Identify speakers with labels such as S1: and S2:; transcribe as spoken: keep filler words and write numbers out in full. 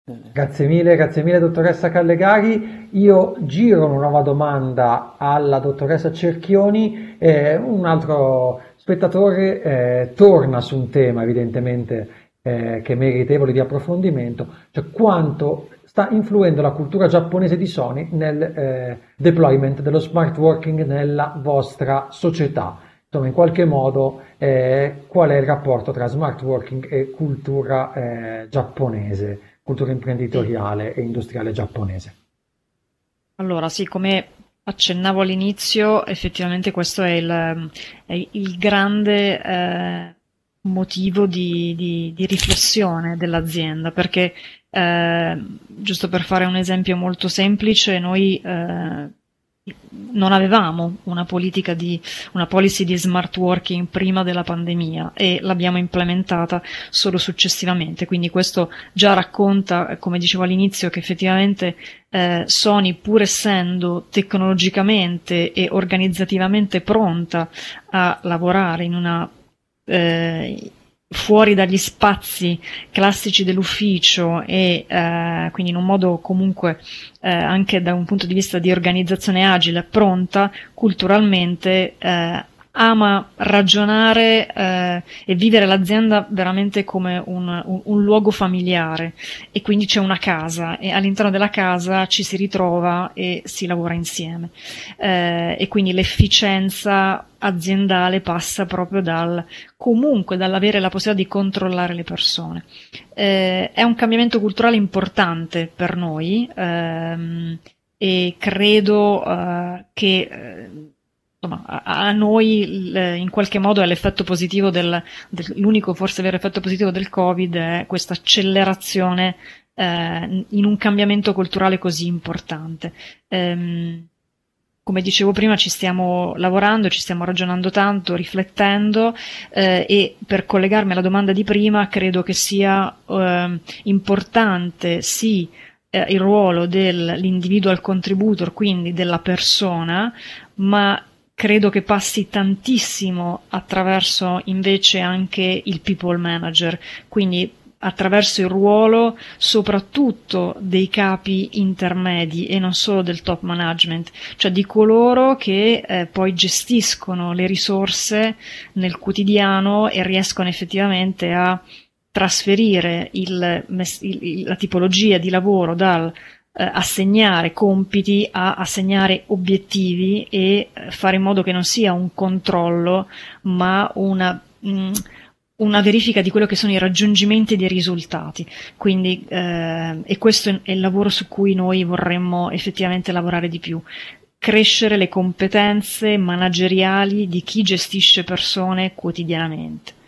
S1: Grazie mille, grazie mille dottoressa Callegari. Io giro una nuova domanda alla dottoressa Cerchioni. Eh, un altro spettatore eh, torna su un tema evidentemente eh, che è meritevole di approfondimento, cioè quanto sta influendo la cultura giapponese di Sony nel eh, deployment dello smart working nella vostra società. Insomma, in qualche modo, eh, qual è il rapporto tra smart working e cultura eh, giapponese, cultura
S2: Sì.
S1: imprenditoriale e industriale giapponese?
S2: Allora, sì, come accennavo all'inizio, effettivamente questo è il, è il grande eh, motivo di, di- di riflessione dell'azienda, perché eh, giusto per fare un esempio molto semplice, noi eh, non avevamo una politica di, una policy di smart working prima della pandemia e l'abbiamo implementata solo successivamente, quindi questo già racconta, come dicevo all'inizio, che effettivamente eh, Sony, pur essendo tecnologicamente e organizzativamente pronta a lavorare in una eh, fuori dagli spazi classici dell'ufficio e eh, quindi in un modo comunque eh, anche da un punto di vista di organizzazione agile pronta, culturalmente eh, ama ragionare eh, e vivere l'azienda veramente come un, un, un luogo familiare, e quindi c'è una casa e all'interno della casa ci si ritrova e si lavora insieme, eh, e quindi l'efficienza aziendale passa proprio dal comunque dall'avere la possibilità di controllare le persone. Eh, è un cambiamento culturale importante per noi, ehm, e credo eh, che eh, insomma, a, a noi il- in qualche modo è l'effetto positivo del, del- l'unico forse vero effetto positivo del Covid è questa accelerazione eh, in un cambiamento culturale così importante. Ehm, come dicevo prima, ci stiamo lavorando, ci stiamo ragionando tanto, riflettendo, eh, e per collegarmi alla domanda di prima, credo che sia eh, importante sì eh, il ruolo dell'individual contributor, quindi della persona, ma credo che passi tantissimo attraverso invece anche il people manager, quindi attraverso il ruolo soprattutto dei capi intermedi e non solo del top management, cioè di coloro che eh, poi gestiscono le risorse nel quotidiano e riescono effettivamente a trasferire il, il, la tipologia di lavoro dal eh, assegnare compiti a assegnare obiettivi e eh, fare in modo che non sia un controllo ma una mh, una verifica di quello che sono i raggiungimenti dei risultati. Quindi, eh, e questo è il lavoro su cui noi vorremmo effettivamente lavorare di più. Crescere le competenze manageriali di chi gestisce persone quotidianamente.